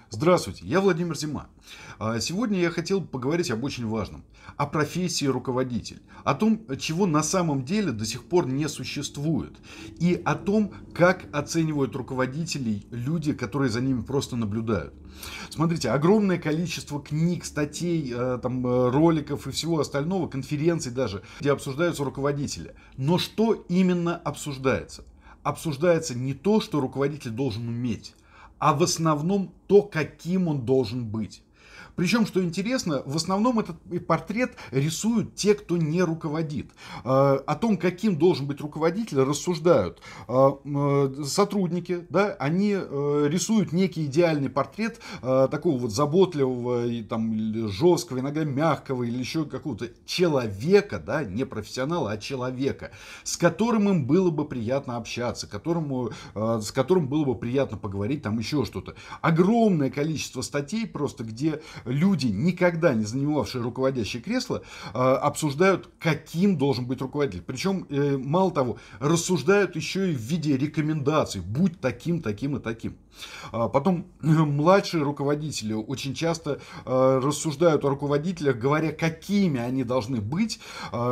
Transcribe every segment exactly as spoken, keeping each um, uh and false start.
Здравствуйте, я Владимир Зима. А, Сегодня я хотел поговорить об очень важном, о профессии руководитель, о том, чего на самом деле до сих пор не существует, и о том, как оценивают руководителей люди, которые за ними просто наблюдают. Смотрите, огромное количество книг, статей, э, там, э, роликов и всего остального, конференций даже, где обсуждаются руководители. Но что именно обсуждается? Обсуждается не то, что руководитель должен уметь, а в основном то, каким он должен быть. Причем, что интересно, в основном этот портрет рисуют те, кто не руководит. Э, О том, каким должен быть руководитель, рассуждают э, э, сотрудники. Да, они э, рисуют некий идеальный портрет э, такого вот заботливого, и, там, или жесткого, иногда мягкого, или еще какого-то человека, да, не профессионала, а человека, с которым им было бы приятно общаться, которому, э, с которым было бы приятно поговорить, там еще что-то. Огромное количество статей просто, где люди, никогда не занимавшие руководящее кресло, обсуждают, каким должен быть руководитель. Причем, мало того, рассуждают еще и в виде рекомендаций. Будь таким, таким и таким. Потом младшие руководители очень часто рассуждают о руководителях, говоря, какими они должны быть,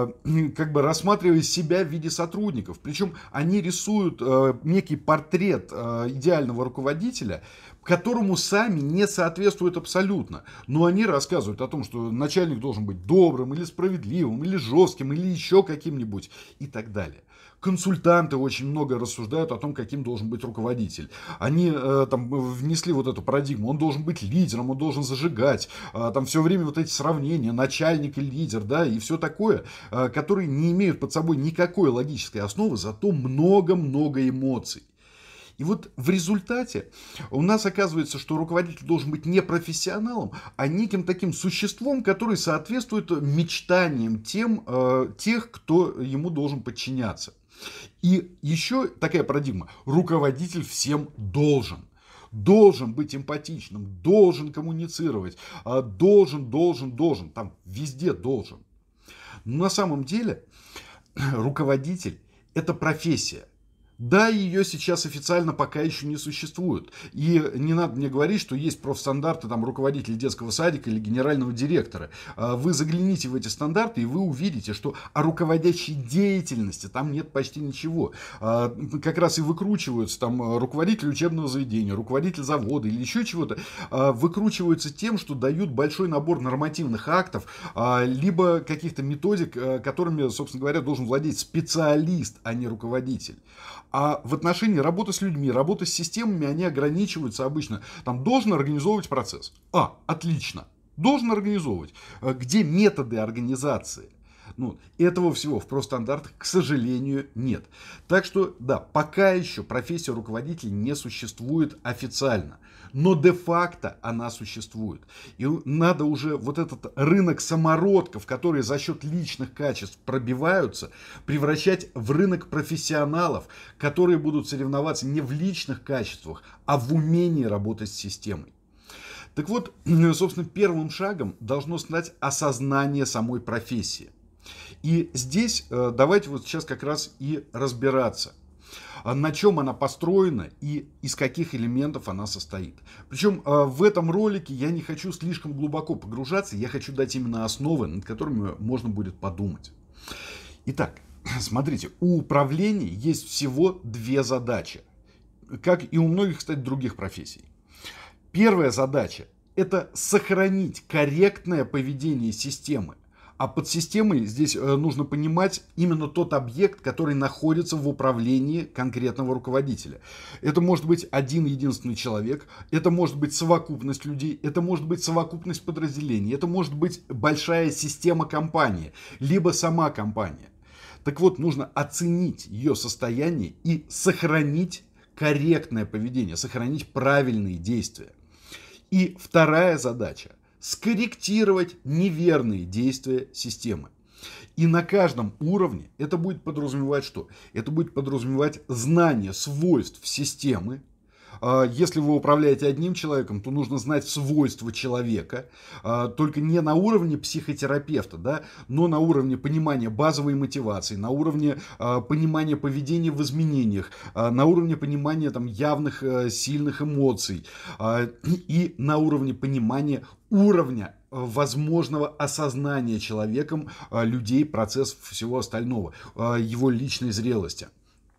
как бы рассматривая себя в виде сотрудников. Причем они рисуют некий портрет идеального руководителя, которому сами не соответствуют абсолютно. Но они рассказывают о том, что начальник должен быть добрым, или справедливым, или жестким, или еще каким-нибудь, и так далее. Консультанты очень много рассуждают о том, каким должен быть руководитель. Они э, там внесли вот эту парадигму. Он должен быть лидером, он должен зажигать. Э, там все время вот эти сравнения, начальник и лидер, да, и все такое, э, которые не имеют под собой никакой логической основы, зато много-много эмоций. И вот в результате у нас оказывается, что руководитель должен быть не профессионалом, а неким таким существом, который соответствует мечтаниям тем, э, тех, кто ему должен подчиняться. И еще такая парадигма. Руководитель всем должен. Должен быть эмпатичным, должен коммуницировать, э, должен, должен, должен. Там везде должен. Но на самом деле руководитель – это профессия. Да, ее сейчас официально пока еще не существует. И не надо мне говорить, что есть профстандарты там, руководителя детского садика или генерального директора. Вы загляните в эти стандарты, и вы увидите, что о руководящей деятельности там нет почти ничего. Как раз и выкручиваются там руководитель учебного заведения, руководитель завода или еще чего-то. Выкручиваются тем, что дают большой набор нормативных актов, либо каких-то методик, которыми, собственно говоря, должен владеть специалист, а не руководитель. А в отношении работы с людьми, работы с системами, они ограничиваются обычно. Там должен организовывать процесс. А, отлично. Должен организовывать. Где методы организации? Ну, этого всего в профстандартах, к сожалению, нет. Так что, да, пока еще профессия руководителя не существует официально. Но де-факто она существует. И надо уже вот этот рынок самородков, которые за счет личных качеств пробиваются, превращать в рынок профессионалов, которые будут соревноваться не в личных качествах, а в умении работать с системой. Так вот, собственно, первым шагом должно стать осознание самой профессии. И здесь давайте вот сейчас как раз и разбираться, на чем она построена и из каких элементов она состоит. Причем в этом ролике я не хочу слишком глубоко погружаться, я хочу дать именно основы, над которыми можно будет подумать. Итак, смотрите, у управления есть всего две задачи, как и у многих, кстати, других профессий. Первая задача – это сохранить корректное поведение системы. А под системой здесь нужно понимать именно тот объект, который находится в управлении конкретного руководителя. Это может быть один единственный человек, это может быть совокупность людей, это может быть совокупность подразделений, это может быть большая система компании, либо сама компания. Так вот, нужно оценить ее состояние и сохранить корректное поведение, сохранить правильные действия. И вторая задача – скорректировать неверные действия системы. И на каждом уровне это будет подразумевать что? Это будет подразумевать знание свойств системы, Если вы управляете одним человеком, то нужно знать свойства человека, только не на уровне психотерапевта, да, но на уровне понимания базовой мотивации, на уровне понимания поведения в изменениях, на уровне понимания там, явных сильных эмоций и на уровне понимания уровня возможного осознания человеком людей, процессов, всего остального, его личной зрелости.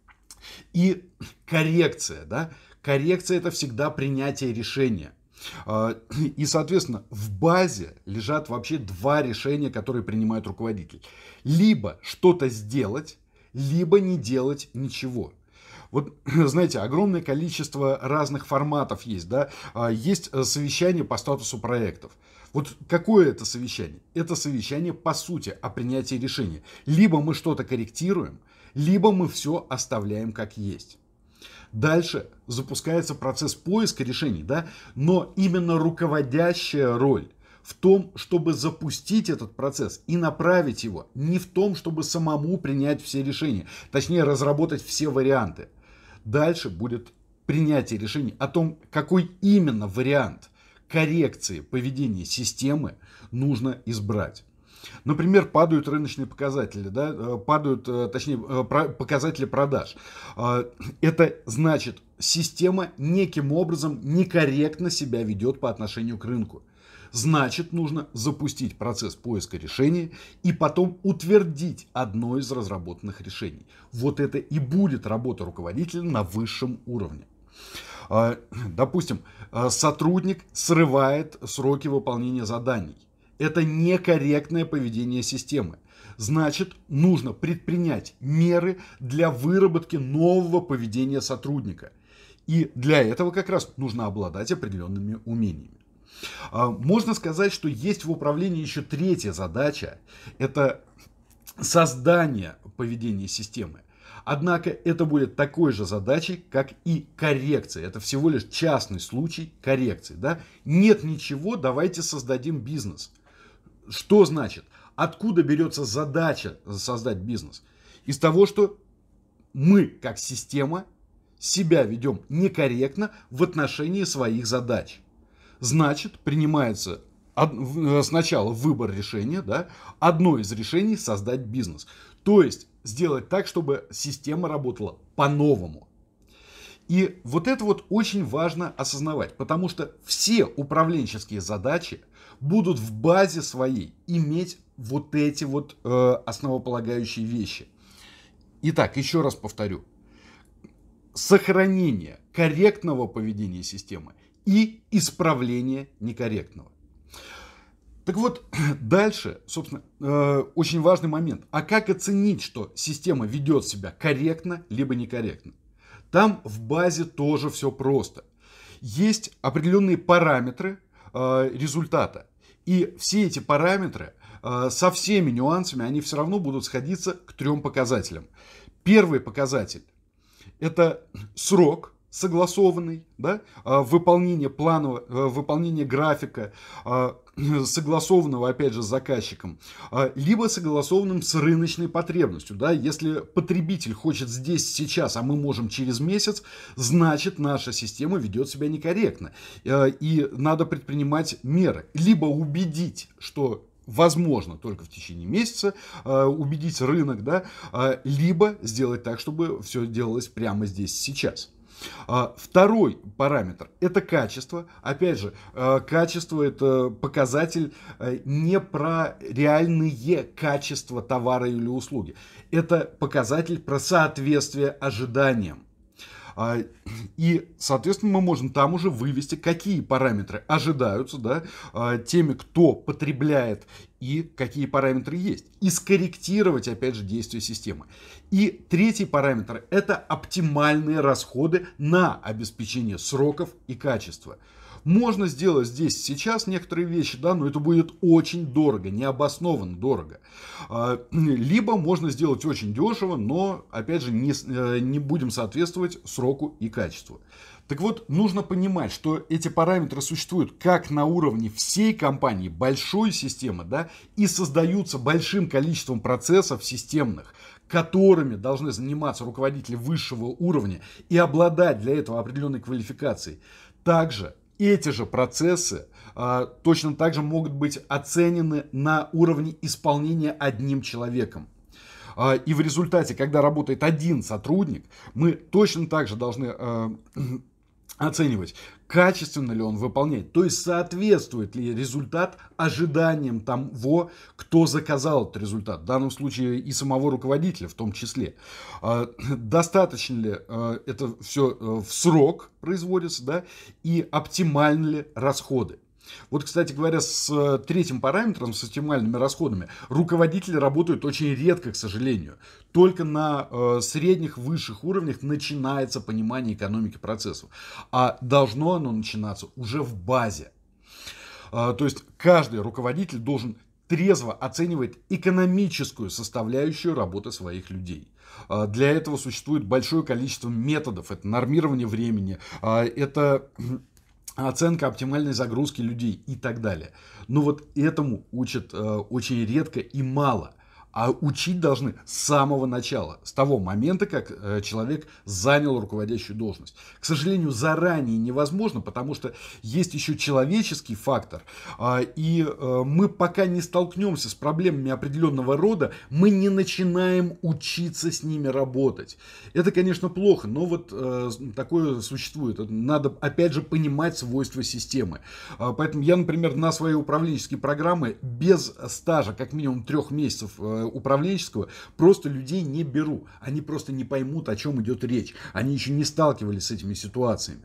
И коррекция, да, коррекция это всегда принятие решения. И, соответственно, в базе лежат вообще два решения, которые принимает руководитель. Либо что-то сделать, либо не делать ничего. Вот, знаете, огромное количество разных форматов есть, да, есть совещание по статусу проектов. Вот какое это совещание? Это совещание, по сути, о принятии решения. Либо мы что-то корректируем, либо мы все оставляем как есть. Дальше запускается процесс поиска решений, да, но именно руководящая роль в том, чтобы запустить этот процесс и направить его, не в том, чтобы самому принять все решения, точнее разработать все варианты. Дальше будет принятие решений о том, какой именно вариант коррекции поведения системы нужно избрать. Например, падают рыночные показатели, да, падают, точнее, показатели продаж. Это значит, система неким образом некорректно себя ведет по отношению к рынку. Значит, нужно запустить процесс поиска решения и потом утвердить одно из разработанных решений. Вот это и будет работа руководителя на высшем уровне. Допустим, сотрудник срывает сроки выполнения заданий. Это некорректное поведение системы. Значит, нужно предпринять меры для выработки нового поведения сотрудника. И для этого как раз нужно обладать определенными умениями. Можно сказать, что есть в управлении еще третья задача. Это создание поведения системы. Однако это будет такой же задачей, как и коррекция. Это всего лишь частный случай коррекции. Да? Нет ничего, давайте создадим бизнес. Что значит? Откуда берется задача создать бизнес? Из того, что мы, как система, себя ведем некорректно в отношении своих задач. Значит, принимается сначала выбор решения, да, одно из решений создать бизнес. То есть сделать так, чтобы система работала по-новому. И вот это вот очень важно осознавать, потому что все управленческие задачи будут в базе своей иметь вот эти вот э, основополагающие вещи. Итак, еще раз повторю. Сохранение корректного поведения системы и исправление некорректного. Так вот, дальше, собственно, э, очень важный момент. А как оценить, что система ведет себя корректно, либо некорректно? Там в базе тоже все просто. Есть определенные параметры э, результата. И все эти параметры э, со всеми нюансами, они все равно будут сходиться к трем показателям. Первый показатель – это срок согласованный, да, выполнение плана, выполнение графика, согласованного, опять же, с заказчиком, либо согласованным с рыночной потребностью. Да? Если потребитель хочет здесь, сейчас, а мы можем через месяц, значит, наша система ведет себя некорректно. И надо предпринимать меры. Либо убедить, что возможно только в течение месяца, убедить рынок, да? Либо сделать так, чтобы все делалось прямо здесь, сейчас. Второй параметр – это качество. Опять же, качество – это показатель не про реальные качества товара или услуги. Это показатель про соответствие ожиданиям. И, соответственно, мы можем там уже вывести, какие параметры ожидаются, да, теми, кто потребляет, и какие параметры есть. И скорректировать, опять же, действие системы. И третий параметр – это оптимальные расходы на обеспечение сроков и качества. Можно сделать здесь сейчас некоторые вещи, да, но это будет очень дорого, необоснованно дорого. Либо можно сделать очень дешево, но, опять же, не, не будем соответствовать сроку и качеству. Так вот, нужно понимать, что эти параметры существуют как на уровне всей компании, большой системы, да, и создаются большим количеством процессов системных, которыми должны заниматься руководители высшего уровня и обладать для этого определенной квалификацией, также эти же процессы а, точно так же могут быть оценены на уровне исполнения одним человеком. А, и в результате, когда работает один сотрудник, мы точно так же должны а, оценивать, качественно ли он выполняет, то есть соответствует ли результат ожиданиям того, кто заказал этот результат, в данном случае и самого руководителя в том числе. Достаточно ли это все в срок производится, да, и оптимальны ли расходы. Вот, кстати говоря, с третьим параметром, с оптимальными расходами, руководители работают очень редко, к сожалению. Только на э, средних, высших уровнях начинается понимание экономики процессов. А должно оно начинаться уже в базе. Э, то есть каждый руководитель должен трезво оценивать экономическую составляющую работы своих людей. Для этого существует большое количество методов. Это нормирование времени, это оценка оптимальной загрузки людей и так далее. Но вот этому учат э, очень редко и мало. А учить должны с самого начала, с того момента, как э, человек занял руководящую должность. К сожалению, заранее невозможно, потому что есть еще человеческий фактор. Э, и э, мы пока не столкнемся с проблемами определенного рода, мы не начинаем учиться с ними работать. Это, конечно, плохо, но вот э, такое существует. Надо, опять же, понимать свойства системы. Э, поэтому я, например, на свои управленческие программы без стажа, как минимум трех месяцев э, управленческого, просто людей не беру. Они просто не поймут, о чем идет речь. Они еще не сталкивались с этими ситуациями.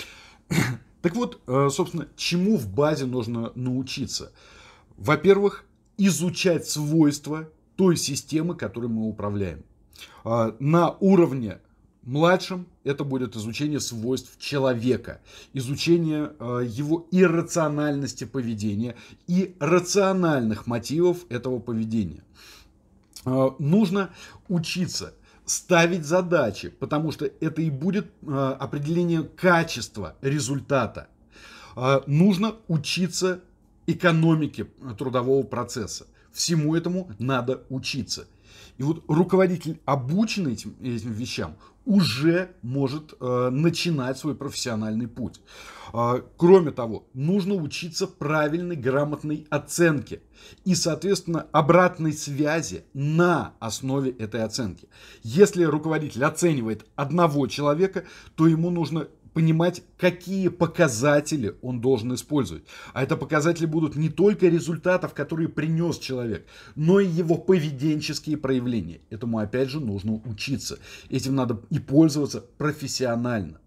Так вот, собственно, чему в базе нужно научиться? Во-первых, изучать свойства той системы, которой мы управляем. На уровне младшем это будет изучение свойств человека, изучение э, его иррациональности поведения и рациональных мотивов этого поведения. Э, нужно учиться ставить задачи, потому что это и будет э, определение качества результата. Э, нужно учиться экономике трудового процесса. Всему этому надо учиться. И вот руководитель, обученный этим, этим вещам, уже может э, начинать свой профессиональный путь. Э, кроме того, нужно учиться правильной, грамотной оценке и, соответственно, обратной связи на основе этой оценки. Если руководитель оценивает одного человека, то ему нужно понимать, какие показатели он должен использовать. А это показатели будут не только результатов, которые принес человек, но и его поведенческие проявления. Этому, опять же, нужно учиться. Этим надо и пользоваться профессионально.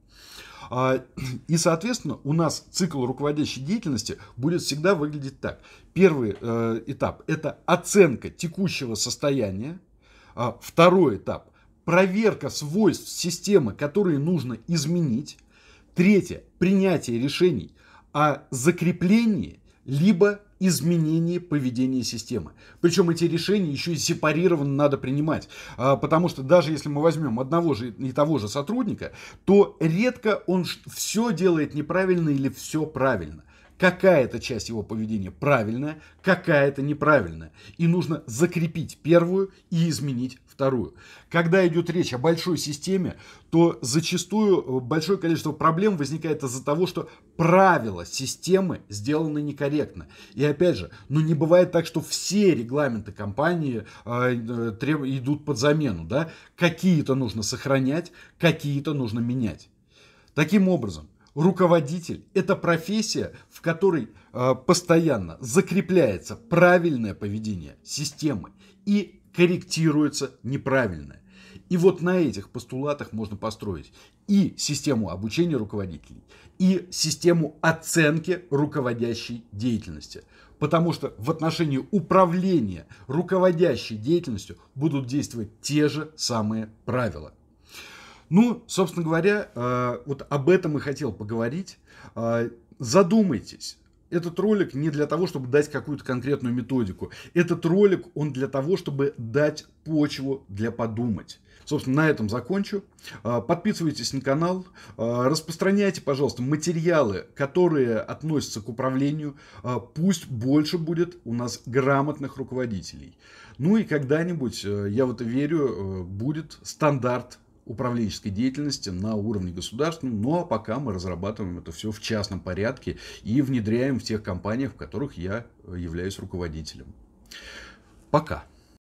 И, соответственно, у нас цикл руководящей деятельности будет всегда выглядеть так. Первый э, этап – это оценка текущего состояния. Второй этап – проверка свойств системы, которые нужно изменить. Третье – принятие решений о закреплении либо изменении поведения системы. Причем эти решения еще и сепарированно надо принимать. Потому что даже если мы возьмем одного же и того же сотрудника, то редко он все делает неправильно или все правильно. Какая-то часть его поведения правильная, какая-то неправильная. И нужно закрепить первую и изменить вторую. Когда идет речь о большой системе, то зачастую большое количество проблем возникает из-за того, что правила системы сделаны некорректно. И опять же, ну не бывает так, что все регламенты компании э, треб... идут под замену. Да? Какие-то нужно сохранять, какие-то нужно менять. Таким образом, руководитель – это профессия, в которой э, постоянно закрепляется правильное поведение системы и корректируется неправильное. И вот на этих постулатах можно построить и систему обучения руководителей, и систему оценки руководящей деятельности. Потому что в отношении управления руководящей деятельностью будут действовать те же самые правила. Ну, собственно говоря, вот об этом и хотел поговорить. Задумайтесь, этот ролик не для того, чтобы дать какую-то конкретную методику. Этот ролик, он для того, чтобы дать почву для подумать. Собственно, на этом закончу. Подписывайтесь на канал, распространяйте, пожалуйста, материалы, которые относятся к управлению. Пусть больше будет у нас грамотных руководителей. Ну и когда-нибудь, я в это верю, будет стандарт управленческой деятельности на уровне государственном. Ну а пока мы разрабатываем это все в частном порядке и внедряем в тех компаниях, в которых я являюсь руководителем. Пока.